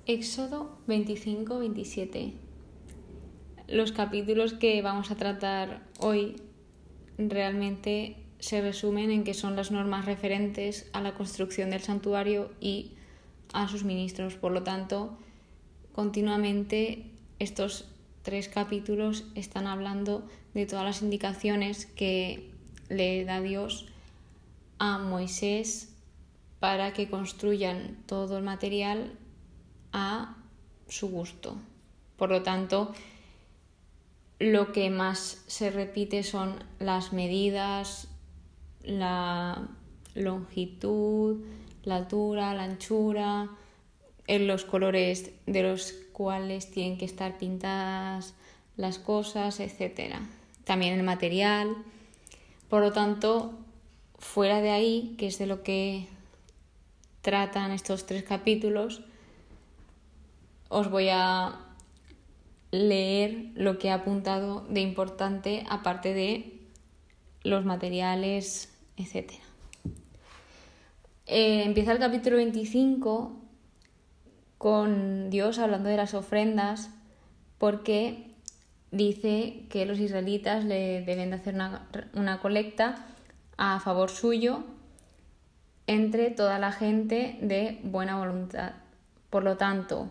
Éxodo 25-27. Los capítulos que vamos a tratar hoy realmente se resumen en que son las normas referentes a la construcción del santuario y a sus ministros. Por lo tanto, continuamente estos 3 capítulos están hablando de todas las indicaciones que le da Dios a Moisés para que construyan todo el material a su gusto. Por lo tanto, lo que más se repite son las medidas, la longitud, la altura, la anchura, los colores de los cuales tienen que estar pintadas las cosas, etc. También el material. Por lo tanto, fuera de ahí, que es de lo que tratan estos 3 capítulos, os voy a leer lo que he apuntado de importante, aparte de los materiales, etc. Empieza el capítulo 25 con Dios hablando de las ofrendas, porque dice que los israelitas le deben de hacer una colecta a favor suyo entre toda la gente de buena voluntad. Por lo tanto,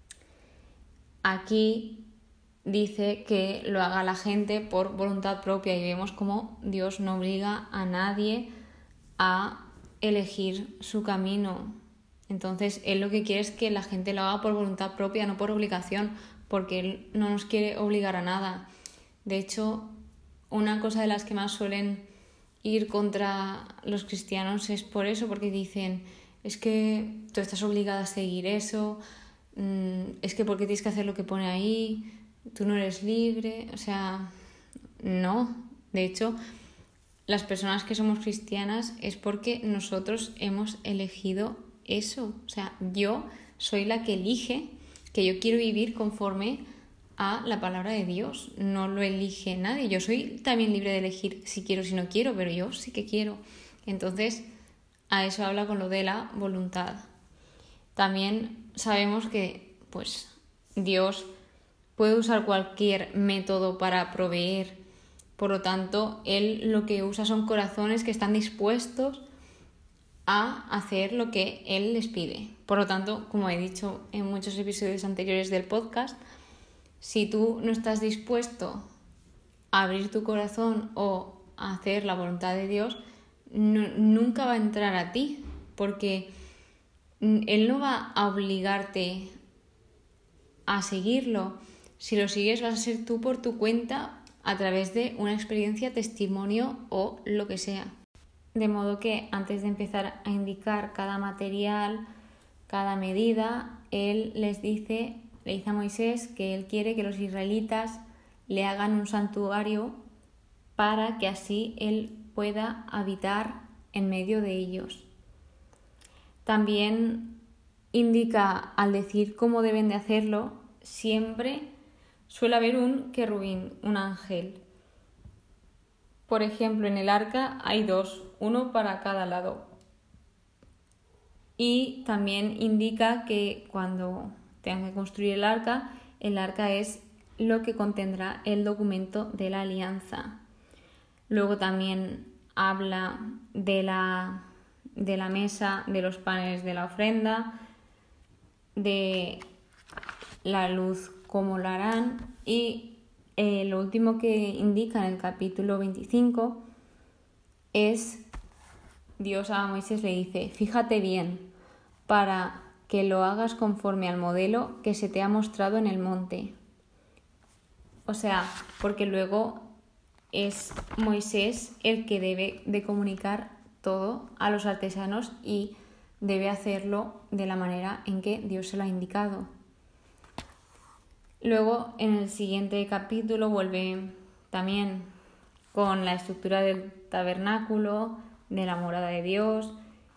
aquí dice que lo haga la gente por voluntad propia y vemos cómo Dios no obliga a nadie a elegir su camino. Entonces, Él lo que quiere es que la gente lo haga por voluntad propia, no por obligación, porque Él no nos quiere obligar a nada. De hecho, una cosa de las que más suelen ir contra los cristianos es por eso, porque dicen, es que tú estás obligada a seguir eso, es que ¿por qué tienes que hacer lo que pone ahí? Tú no eres libre. O sea, no. De hecho, las personas que somos cristianas es porque nosotros hemos elegido eso. O sea, yo soy la que elige que yo quiero vivir conforme a la palabra de Dios. No lo elige nadie. Yo soy también libre de elegir si quiero o si no quiero, pero yo sí que quiero. Entonces, a eso habla con lo de la voluntad. También sabemos que pues Dios puede usar cualquier método para proveer. Por lo tanto, Él lo que usa son corazones que están dispuestos a hacer lo que Él les pide. Por lo tanto, como he dicho en muchos episodios anteriores del podcast, si tú no estás dispuesto a abrir tu corazón o a hacer la voluntad de Dios, nunca va a entrar a ti, porque Él no va a obligarte a seguirlo. Si lo sigues, vas a ser tú por tu cuenta a través de una experiencia, testimonio o lo que sea. De modo que antes de empezar a indicar cada material, cada medida, Él le dice a Moisés que Él quiere que los israelitas le hagan un santuario para que así Él pueda habitar en medio de ellos. También indica, al decir cómo deben de hacerlo, siempre suele haber un querubín, un ángel. Por ejemplo, en el arca hay 2, uno para cada lado. Y también indica que cuando tengan que construir el arca es lo que contendrá el documento de la alianza. Luego también habla de la mesa, de los panes de la ofrenda, de la luz, cómo lo harán, y lo último que indica en el capítulo 25 es Dios a Moisés le dice, fíjate bien para que lo hagas conforme al modelo que se te ha mostrado en el monte. O sea, porque luego es Moisés el que debe de comunicar todo a los artesanos y debe hacerlo de la manera en que Dios se lo ha indicado. Luego, en el siguiente capítulo, vuelve también con la estructura del tabernáculo, de la morada de Dios,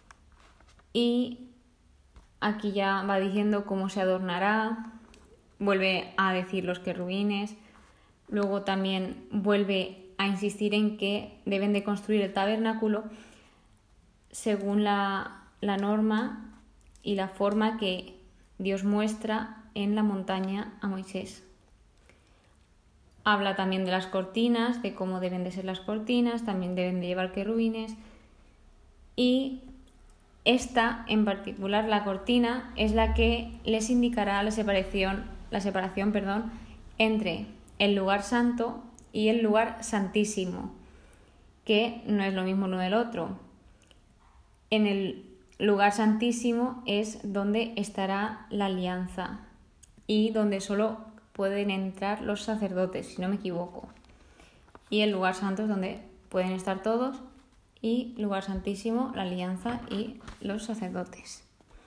y aquí ya va diciendo cómo se adornará, vuelve a decir los querubines, luego también vuelve a insistir en que deben de construir el tabernáculo según la norma y la forma que Dios muestra en la montaña a Moisés. Habla también de las cortinas, de cómo deben de ser las cortinas, también deben de llevar querubines. Y esta, en particular, la cortina, es la que les indicará la separación, entre el lugar santo y el lugar santísimo, que no es lo mismo uno del otro. En el lugar santísimo es donde estará la alianza y donde solo pueden entrar los sacerdotes, si no me equivoco. Y el lugar santo es donde pueden estar todos, y lugar santísimo, la alianza y los sacerdotes.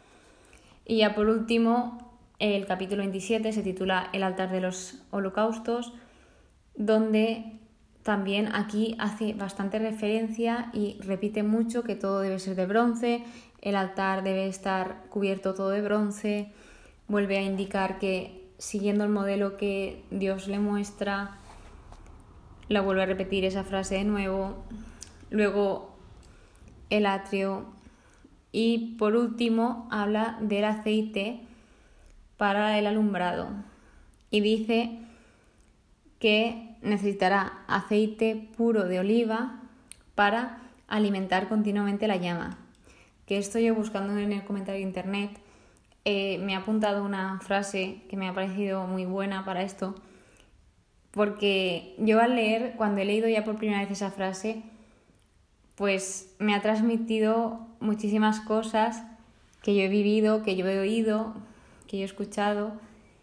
Y ya por último, el capítulo 27 se titula El altar de los holocaustos, donde también aquí hace bastante referencia y repite mucho que todo debe ser de bronce, el altar debe estar cubierto todo de bronce, vuelve a indicar que siguiendo el modelo que Dios le muestra, la vuelve a repetir esa frase de nuevo, luego el atrio y por último habla del aceite para el alumbrado y dice que necesitará aceite puro de oliva para alimentar continuamente la llama. Que esto yo buscando en el comentario de internet me ha apuntado una frase que me ha parecido muy buena para esto, porque yo al leer, cuando he leído ya por primera vez esa frase, pues me ha transmitido muchísimas cosas que yo he vivido, que yo he oído, que yo he escuchado,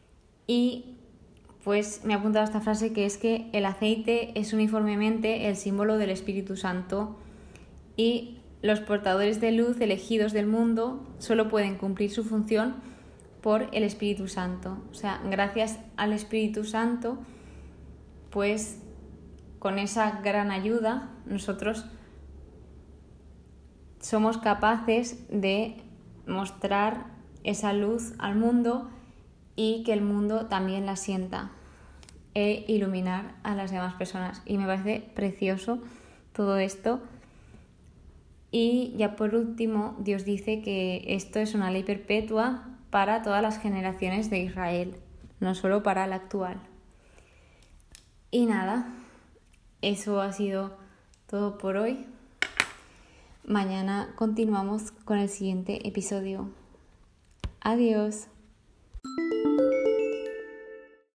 y pues me ha apuntado esta frase que es que el aceite es uniformemente el símbolo del Espíritu Santo y los portadores de luz elegidos del mundo solo pueden cumplir su función por el Espíritu Santo. O sea, gracias al Espíritu Santo, pues con esa gran ayuda nosotros somos capaces de mostrar esa luz al mundo y que el mundo también la sienta e iluminar a las demás personas. Y me parece precioso todo esto. Y ya por último, Dios dice que esto es una ley perpetua para todas las generaciones de Israel, no solo para la actual. Y nada, eso ha sido todo por hoy. Mañana continuamos con el siguiente episodio. Adiós.